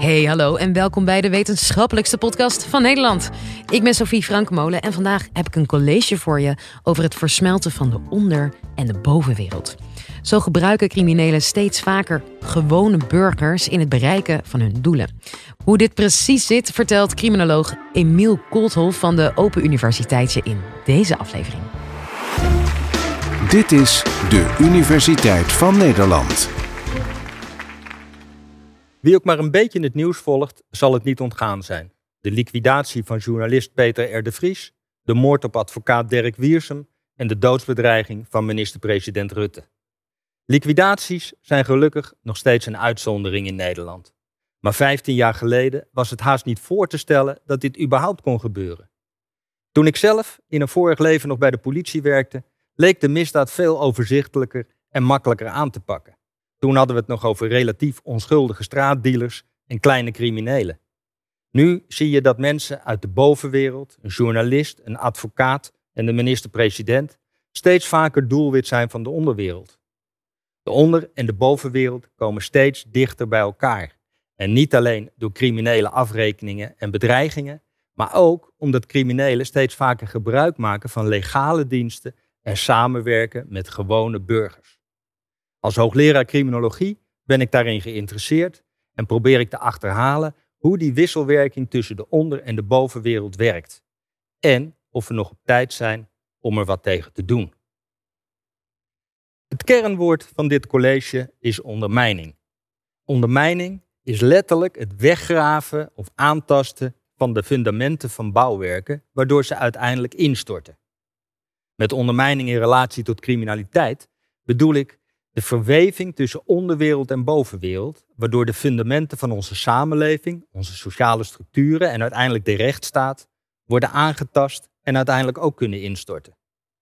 Hey, hallo en welkom bij de wetenschappelijkste podcast van Nederland. Ik ben Sophie Frankmolen en vandaag heb ik een college voor je over het versmelten van de onder- en de bovenwereld. Zo gebruiken criminelen steeds vaker gewone burgers in het bereiken van hun doelen. Hoe dit precies zit, vertelt criminoloog Emiel Kolthoff van de Open Universiteit je in deze aflevering. Dit is de Universiteit van Nederland. Wie ook maar een beetje het nieuws volgt, zal het niet ontgaan zijn. De liquidatie van journalist Peter R. de Vries, de moord op advocaat Dirk Wiersum en de doodsbedreiging van minister-president Rutte. Liquidaties zijn gelukkig nog steeds een uitzondering in Nederland. Maar 15 jaar geleden was het haast niet voor te stellen dat dit überhaupt kon gebeuren. Toen ik zelf in een vorig leven nog bij de politie werkte, leek de misdaad veel overzichtelijker en makkelijker aan te pakken. Toen hadden we het nog over relatief onschuldige straatdealers en kleine criminelen. Nu zie je dat mensen uit de bovenwereld, een journalist, een advocaat en de minister-president, steeds vaker doelwit zijn van de onderwereld. De onder- en de bovenwereld komen steeds dichter bij elkaar. En niet alleen door criminele afrekeningen en bedreigingen, maar ook omdat criminelen steeds vaker gebruik maken van legale diensten en samenwerken met gewone burgers. Als hoogleraar criminologie ben ik daarin geïnteresseerd en probeer ik te achterhalen hoe die wisselwerking tussen de onder- en de bovenwereld werkt. En of we nog op tijd zijn om er wat tegen te doen. Het kernwoord van dit college is ondermijning. Ondermijning is letterlijk het weggraven of aantasten van de fundamenten van bouwwerken, waardoor ze uiteindelijk instorten. Met ondermijning in relatie tot criminaliteit bedoel ik de verweving tussen onderwereld en bovenwereld, waardoor de fundamenten van onze samenleving, onze sociale structuren en uiteindelijk de rechtsstaat worden aangetast en uiteindelijk ook kunnen instorten.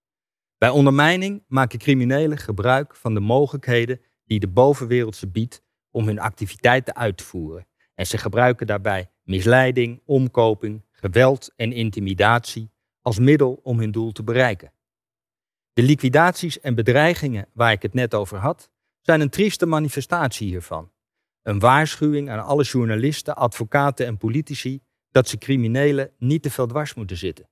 Bij ondermijning maken criminelen gebruik van de mogelijkheden die de bovenwereld ze biedt om hun activiteiten uit te voeren. En ze gebruiken daarbij misleiding, omkoping, geweld en intimidatie als middel om hun doel te bereiken. De liquidaties en bedreigingen waar ik het net over had, zijn een trieste manifestatie hiervan. Een waarschuwing aan alle journalisten, advocaten en politici dat ze criminelen niet te veel dwars moeten zitten.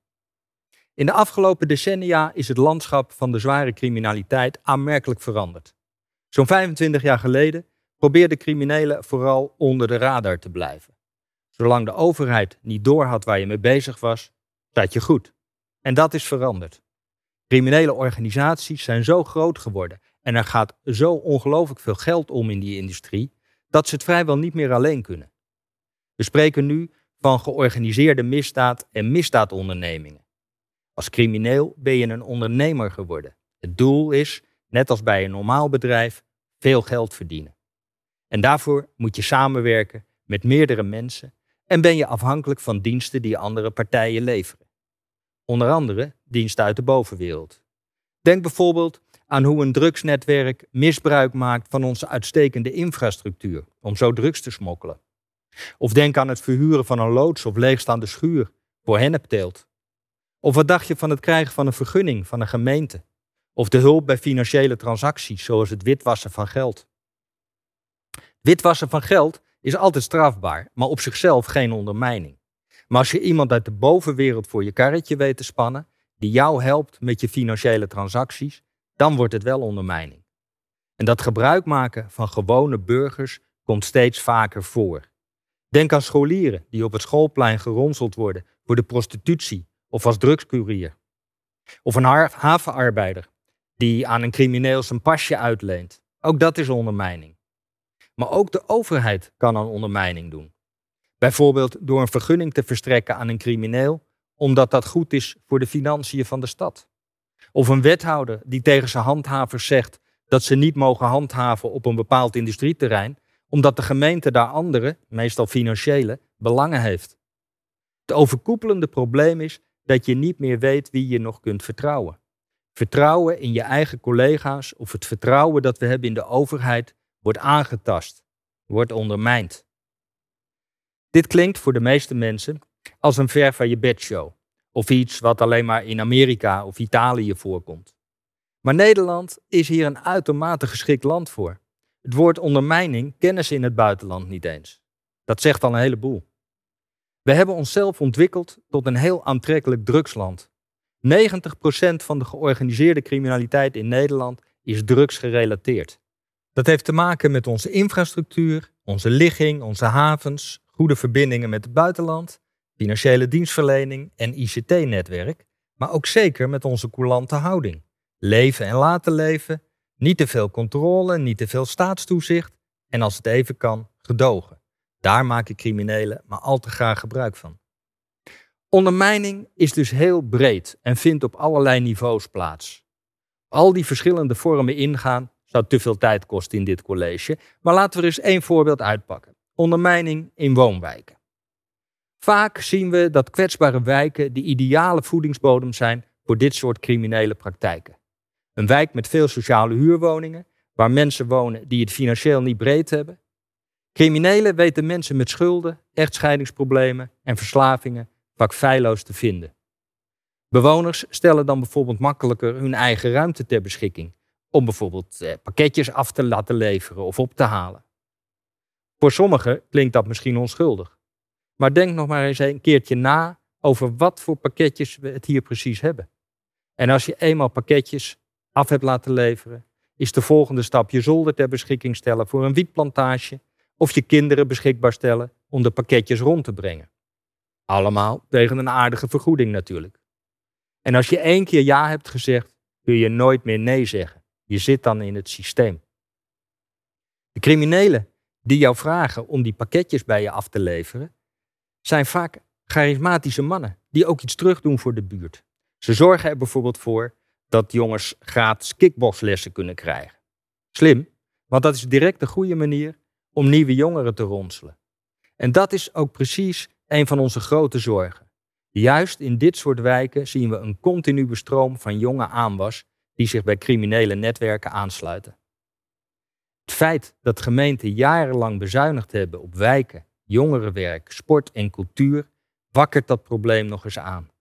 In de afgelopen decennia is het landschap van de zware criminaliteit aanmerkelijk veranderd. Zo'n 25 jaar geleden probeerden criminelen vooral onder de radar te blijven. Zolang de overheid niet doorhad waar je mee bezig was, zat je goed. En dat is veranderd. Criminele organisaties zijn zo groot geworden en er gaat zo ongelooflijk veel geld om in die industrie, dat ze het vrijwel niet meer alleen kunnen. We spreken nu van georganiseerde misdaad en misdaadondernemingen. Als crimineel ben je een ondernemer geworden. Het doel is, net als bij een normaal bedrijf, veel geld verdienen. En daarvoor moet je samenwerken met meerdere mensen en ben je afhankelijk van diensten die andere partijen leveren. Onder andere diensten uit de bovenwereld. Denk bijvoorbeeld aan hoe een drugsnetwerk misbruik maakt van onze uitstekende infrastructuur om zo drugs te smokkelen. Of denk aan het verhuren van een loods of leegstaande schuur voor hennepteelt. Of wat dacht je van het krijgen van een vergunning van een gemeente? Of de hulp bij financiële transacties zoals het witwassen van geld. Witwassen van geld is altijd strafbaar, maar op zichzelf geen ondermijning. Maar als je iemand uit de bovenwereld voor je karretje weet te spannen, die jou helpt met je financiële transacties, dan wordt het wel ondermijning. En dat gebruik maken van gewone burgers komt steeds vaker voor. Denk aan scholieren die op het schoolplein geronseld worden voor de prostitutie of als drugscourier. Of een havenarbeider die aan een crimineel zijn pasje uitleent. Ook dat is ondermijning. Maar ook de overheid kan aan ondermijning doen. Bijvoorbeeld door een vergunning te verstrekken aan een crimineel, omdat dat goed is voor de financiën van de stad. Of een wethouder die tegen zijn handhavers zegt dat ze niet mogen handhaven op een bepaald industrieterrein, omdat de gemeente daar andere, meestal financiële, belangen heeft. Het overkoepelende probleem is dat je niet meer weet wie je nog kunt vertrouwen. Vertrouwen in je eigen collega's of het vertrouwen dat we hebben in de overheid wordt aangetast, wordt ondermijnd. Dit klinkt voor de meeste mensen als een ver van je bedshow. Of iets wat alleen maar in Amerika of Italië voorkomt. Maar Nederland is hier een uitermate geschikt land voor. Het woord ondermijning kennen ze in het buitenland niet eens. Dat zegt al een heleboel. We hebben onszelf ontwikkeld tot een heel aantrekkelijk drugsland. 90% van de georganiseerde criminaliteit in Nederland is drugsgerelateerd. Dat heeft te maken met onze infrastructuur, onze ligging, onze havens, goede verbindingen met het buitenland, financiële dienstverlening en ICT-netwerk, maar ook zeker met onze coulante houding. Leven en laten leven, niet te veel controle, niet te veel staatstoezicht en als het even kan, gedogen. Daar maken criminelen maar al te graag gebruik van. Ondermijning is dus heel breed en vindt op allerlei niveaus plaats. Al die verschillende vormen ingaan zou te veel tijd kosten in dit college, maar laten we er eens één voorbeeld uitpakken. Ondermijning in woonwijken. Vaak zien we dat kwetsbare wijken de ideale voedingsbodem zijn voor dit soort criminele praktijken. Een wijk met veel sociale huurwoningen, waar mensen wonen die het financieel niet breed hebben. Criminelen weten mensen met schulden, echtscheidingsproblemen en verslavingen vaak feilloos te vinden. Bewoners stellen dan bijvoorbeeld makkelijker hun eigen ruimte ter beschikking, om bijvoorbeeld pakketjes af te laten leveren of op te halen. Voor sommigen klinkt dat misschien onschuldig. Maar denk nog maar eens een keertje na over wat voor pakketjes we het hier precies hebben. En als je eenmaal pakketjes af hebt laten leveren, is de volgende stap je zolder ter beschikking stellen voor een wietplantage of je kinderen beschikbaar stellen om de pakketjes rond te brengen. Allemaal tegen een aardige vergoeding natuurlijk. En als je 1 keer ja hebt gezegd, kun je nooit meer nee zeggen. Je zit dan in het systeem. De criminelen die jou vragen om die pakketjes bij je af te leveren, zijn vaak charismatische mannen die ook iets terugdoen voor de buurt. Ze zorgen er bijvoorbeeld voor dat jongens gratis kickboxlessen kunnen krijgen. Slim, want dat is direct de goede manier om nieuwe jongeren te ronselen. En dat is ook precies een van onze grote zorgen. Juist in dit soort wijken zien we een continue stroom van jonge aanwas die zich bij criminele netwerken aansluiten. Het feit dat gemeenten jarenlang bezuinigd hebben op wijken, jongerenwerk, sport en cultuur wakkert dat probleem nog eens aan.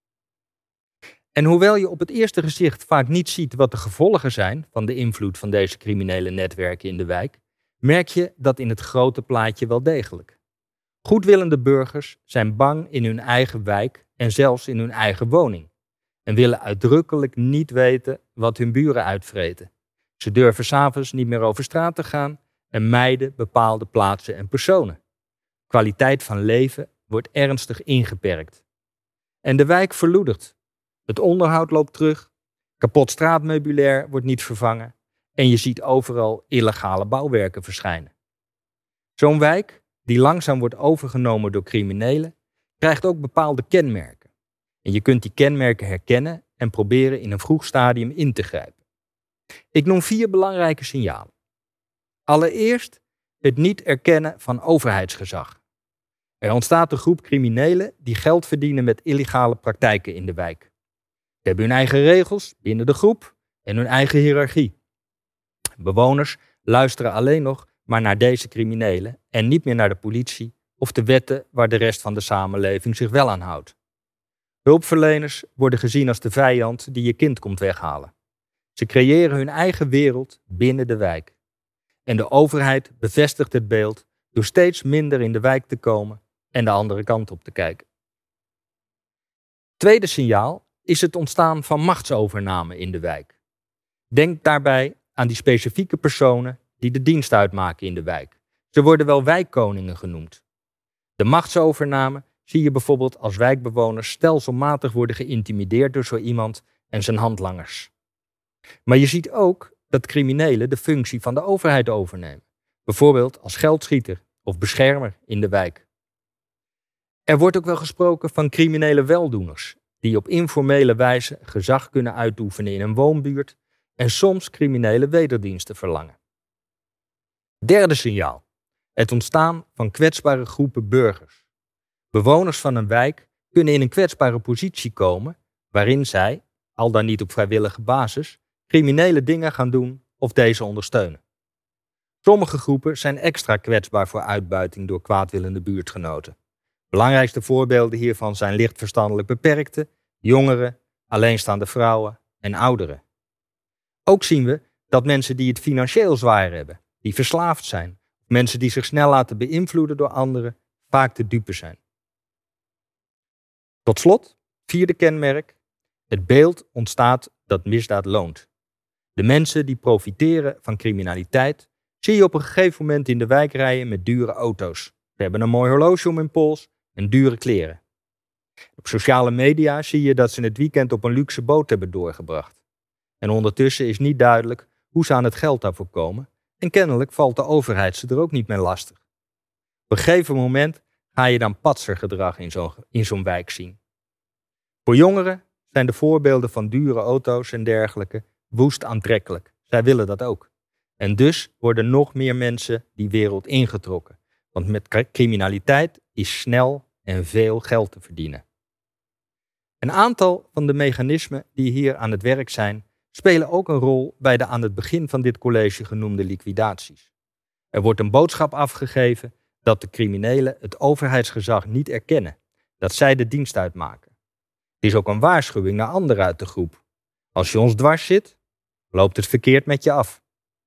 En hoewel je op het eerste gezicht vaak niet ziet wat de gevolgen zijn van de invloed van deze criminele netwerken in de wijk, merk je dat in het grote plaatje wel degelijk. Goedwillende burgers zijn bang in hun eigen wijk en zelfs in hun eigen woning en willen uitdrukkelijk niet weten wat hun buren uitvreten. Ze durven 's avonds niet meer over straat te gaan en mijden bepaalde plaatsen en personen. Kwaliteit van leven wordt ernstig ingeperkt. En de wijk verloedert. Het onderhoud loopt terug, kapot straatmeubilair wordt niet vervangen en je ziet overal illegale bouwwerken verschijnen. Zo'n wijk, die langzaam wordt overgenomen door criminelen, krijgt ook bepaalde kenmerken. En je kunt die kenmerken herkennen en proberen in een vroeg stadium in te grijpen. Ik noem 4 belangrijke signalen. Allereerst het niet erkennen van overheidsgezag. Er ontstaat een groep criminelen die geld verdienen met illegale praktijken in de wijk. Ze hebben hun eigen regels binnen de groep en hun eigen hiërarchie. Bewoners luisteren alleen nog maar naar deze criminelen en niet meer naar de politie of de wetten waar de rest van de samenleving zich wel aan houdt. Hulpverleners worden gezien als de vijand die je kind komt weghalen. Ze creëren hun eigen wereld binnen de wijk. En de overheid bevestigt het beeld door steeds minder in de wijk te komen en de andere kant op te kijken. Tweede signaal is het ontstaan van machtsovername in de wijk. Denk daarbij aan die specifieke personen die de dienst uitmaken in de wijk. Ze worden wel wijkkoningen genoemd. De machtsovername zie je bijvoorbeeld als wijkbewoners stelselmatig worden geïntimideerd door zo iemand en zijn handlangers. Maar je ziet ook dat criminelen de functie van de overheid overnemen. Bijvoorbeeld als geldschieter of beschermer in de wijk. Er wordt ook wel gesproken van criminele weldoeners, die op informele wijze gezag kunnen uitoefenen in een woonbuurt en soms criminele wederdiensten verlangen. Derde signaal. Het ontstaan van kwetsbare groepen burgers. Bewoners van een wijk kunnen in een kwetsbare positie komen waarin zij, al dan niet op vrijwillige basis, criminele dingen gaan doen of deze ondersteunen. Sommige groepen zijn extra kwetsbaar voor uitbuiting door kwaadwillende buurtgenoten. Belangrijkste voorbeelden hiervan zijn licht verstandelijk beperkten, jongeren, alleenstaande vrouwen en ouderen. Ook zien we dat mensen die het financieel zwaar hebben, die verslaafd zijn, Mensen die zich snel laten beïnvloeden door anderen, vaak de dupe zijn. Tot slot, 4e kenmerk. Het beeld ontstaat dat misdaad loont. De mensen die profiteren van criminaliteit zie je op een gegeven moment in de wijk rijden met dure auto's. Ze hebben een mooi horloge om hun pols en dure kleren. Op sociale media zie je dat ze het weekend op een luxe boot hebben doorgebracht. En ondertussen is niet duidelijk hoe ze aan het geld daarvoor komen en kennelijk valt de overheid ze er ook niet mee lastig. Op een gegeven moment ga je dan patsergedrag in zo'n wijk zien. Voor jongeren zijn de voorbeelden van dure auto's en dergelijke woest aantrekkelijk. Zij willen dat ook. En dus worden nog meer mensen die wereld ingetrokken. Want met criminaliteit is snel en veel geld te verdienen. Een aantal van de mechanismen die hier aan het werk zijn, spelen ook een rol bij de aan het begin van dit college genoemde liquidaties. Er wordt een boodschap afgegeven dat de criminelen het overheidsgezag niet erkennen, dat zij de dienst uitmaken. Het is ook een waarschuwing naar anderen uit de groep. Als je ons dwars zit, loopt het verkeerd met je af.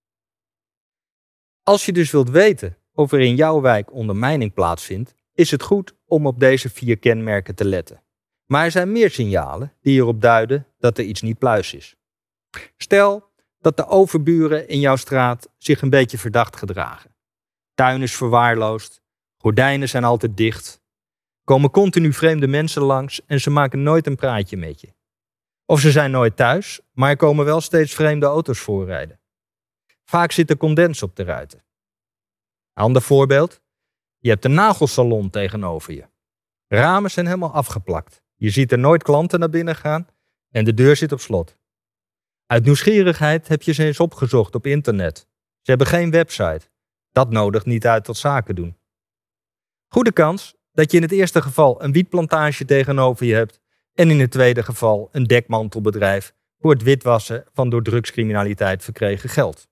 Als je dus wilt weten of er in jouw wijk ondermijning plaatsvindt, is het goed om op deze 4 kenmerken te letten. Maar er zijn meer signalen die erop duiden dat er iets niet pluis is. Stel dat de overburen in jouw straat zich een beetje verdacht gedragen. Tuin is verwaarloosd, gordijnen zijn altijd dicht, komen continu vreemde mensen langs en ze maken nooit een praatje met je. Of ze zijn nooit thuis, maar er komen wel steeds vreemde auto's voorrijden. Vaak zit er condens op de ruiten. Ander voorbeeld, je hebt een nagelsalon tegenover je. Ramen zijn helemaal afgeplakt. Je ziet er nooit klanten naar binnen gaan en de deur zit op slot. Uit nieuwsgierigheid heb je ze eens opgezocht op internet. Ze hebben geen website. Dat nodigt niet uit tot zaken doen. Goede kans dat je in het eerste geval een wietplantage tegenover je hebt en in het tweede geval een dekmantelbedrijf voor het witwassen van door drugscriminaliteit verkregen geld.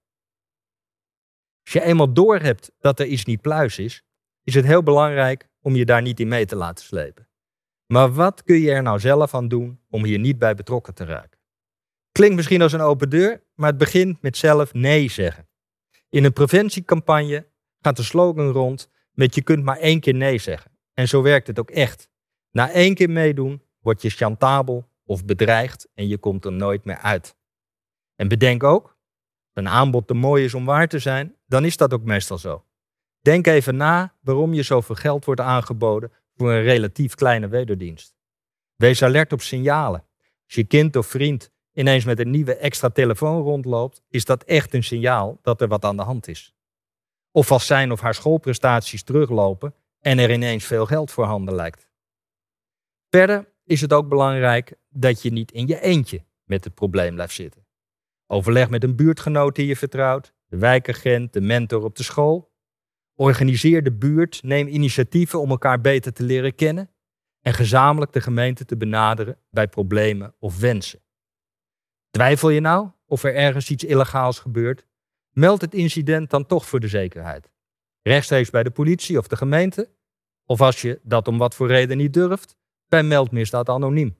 Als je eenmaal doorhebt dat er iets niet pluis is, is het heel belangrijk om je daar niet in mee te laten slepen. Maar wat kun je er nou zelf aan doen om hier niet bij betrokken te raken? Klinkt misschien als een open deur, maar het begint met zelf nee zeggen. In een preventiecampagne gaat de slogan rond met je kunt maar 1 keer nee zeggen. En zo werkt het ook echt. Na 1 keer meedoen word je chantabel of bedreigd en je komt er nooit meer uit. En bedenk ook, als een aanbod te mooi is om waar te zijn, dan is dat ook meestal zo. Denk even na waarom je zoveel geld wordt aangeboden voor een relatief kleine wederdienst. Wees alert op signalen. Als je kind of vriend ineens met een nieuwe extra telefoon rondloopt, is dat echt een signaal dat er wat aan de hand is. Of als zijn of haar schoolprestaties teruglopen en er ineens veel geld voorhanden lijkt. Verder is het ook belangrijk dat je niet in je eentje met het probleem blijft zitten. Overleg met een buurtgenoot die je vertrouwt, de wijkagent, de mentor op de school. Organiseer de buurt, neem initiatieven om elkaar beter te leren kennen en gezamenlijk de gemeente te benaderen bij problemen of wensen. Twijfel je nou of er ergens iets illegaals gebeurt? Meld het incident dan toch voor de zekerheid. Rechtstreeks bij de politie of de gemeente, of als je dat om wat voor reden niet durft, bij Meldmisdaad Anoniem.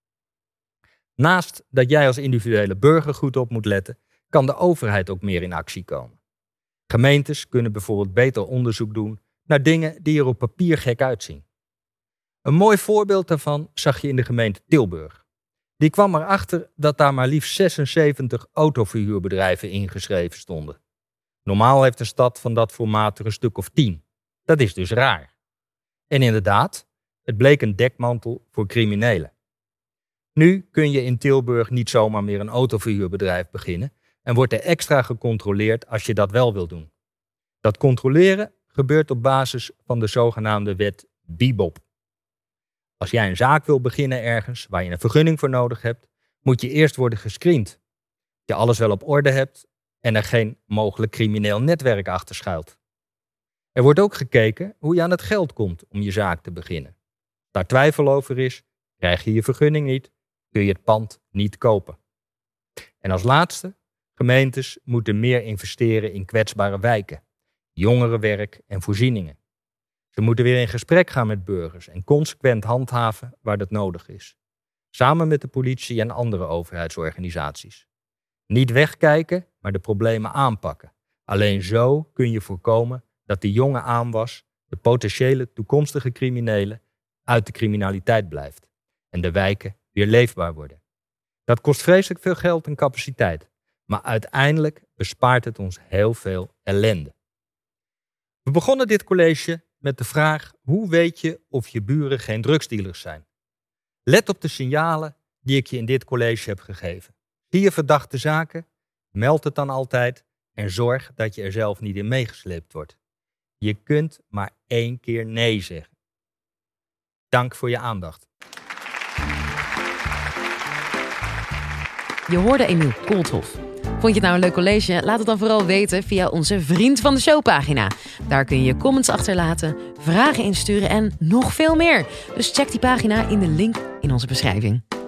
Naast dat jij als individuele burger goed op moet letten, kan de overheid ook meer in actie komen. Gemeentes kunnen bijvoorbeeld beter onderzoek doen naar dingen die er op papier gek uitzien. Een mooi voorbeeld daarvan zag je in de gemeente Tilburg. Die kwam erachter dat daar maar liefst 76 autoverhuurbedrijven ingeschreven stonden. Normaal heeft een stad van dat formaat er een stuk of 10. Dat is dus raar. En inderdaad, het bleek een dekmantel voor criminelen. Nu kun je in Tilburg niet zomaar meer een autoverhuurbedrijf beginnen en wordt er extra gecontroleerd als je dat wel wil doen. Dat controleren gebeurt op basis van de zogenaamde wet BIBOP. Als jij een zaak wil beginnen ergens waar je een vergunning voor nodig hebt, moet je eerst worden gescreend. Dat je alles wel op orde hebt en er geen mogelijk crimineel netwerk achter schuilt. Er wordt ook gekeken hoe je aan het geld komt om je zaak te beginnen. Als daar twijfel over is, krijg je je vergunning niet, kun je het pand niet kopen. En als laatste, gemeentes moeten meer investeren in kwetsbare wijken, jongerenwerk en voorzieningen. Ze moeten weer in gesprek gaan met burgers en consequent handhaven waar dat nodig is. Samen met de politie en andere overheidsorganisaties. Niet wegkijken, maar de problemen aanpakken. Alleen zo kun je voorkomen dat de jonge aanwas, de potentiële toekomstige criminelen, uit de criminaliteit blijft en de wijken weer leefbaar worden. Dat kost vreselijk veel geld en capaciteit, maar uiteindelijk bespaart het ons heel veel ellende. We begonnen dit college met de vraag: hoe weet je of je buren geen drugsdealers zijn? Let op de signalen die ik je in dit college heb gegeven. Zie je verdachte zaken? Meld het dan altijd en zorg dat je er zelf niet in meegesleept wordt. Je kunt maar 1 keer nee zeggen. Dank voor je aandacht. Je hoorde Emiel Kolthoff. Vond je het nou een leuk college? Laat het dan vooral weten via onze Vriend van de Show pagina. Daar kun je comments achterlaten, vragen insturen en nog veel meer. Dus check die pagina in de link in onze beschrijving.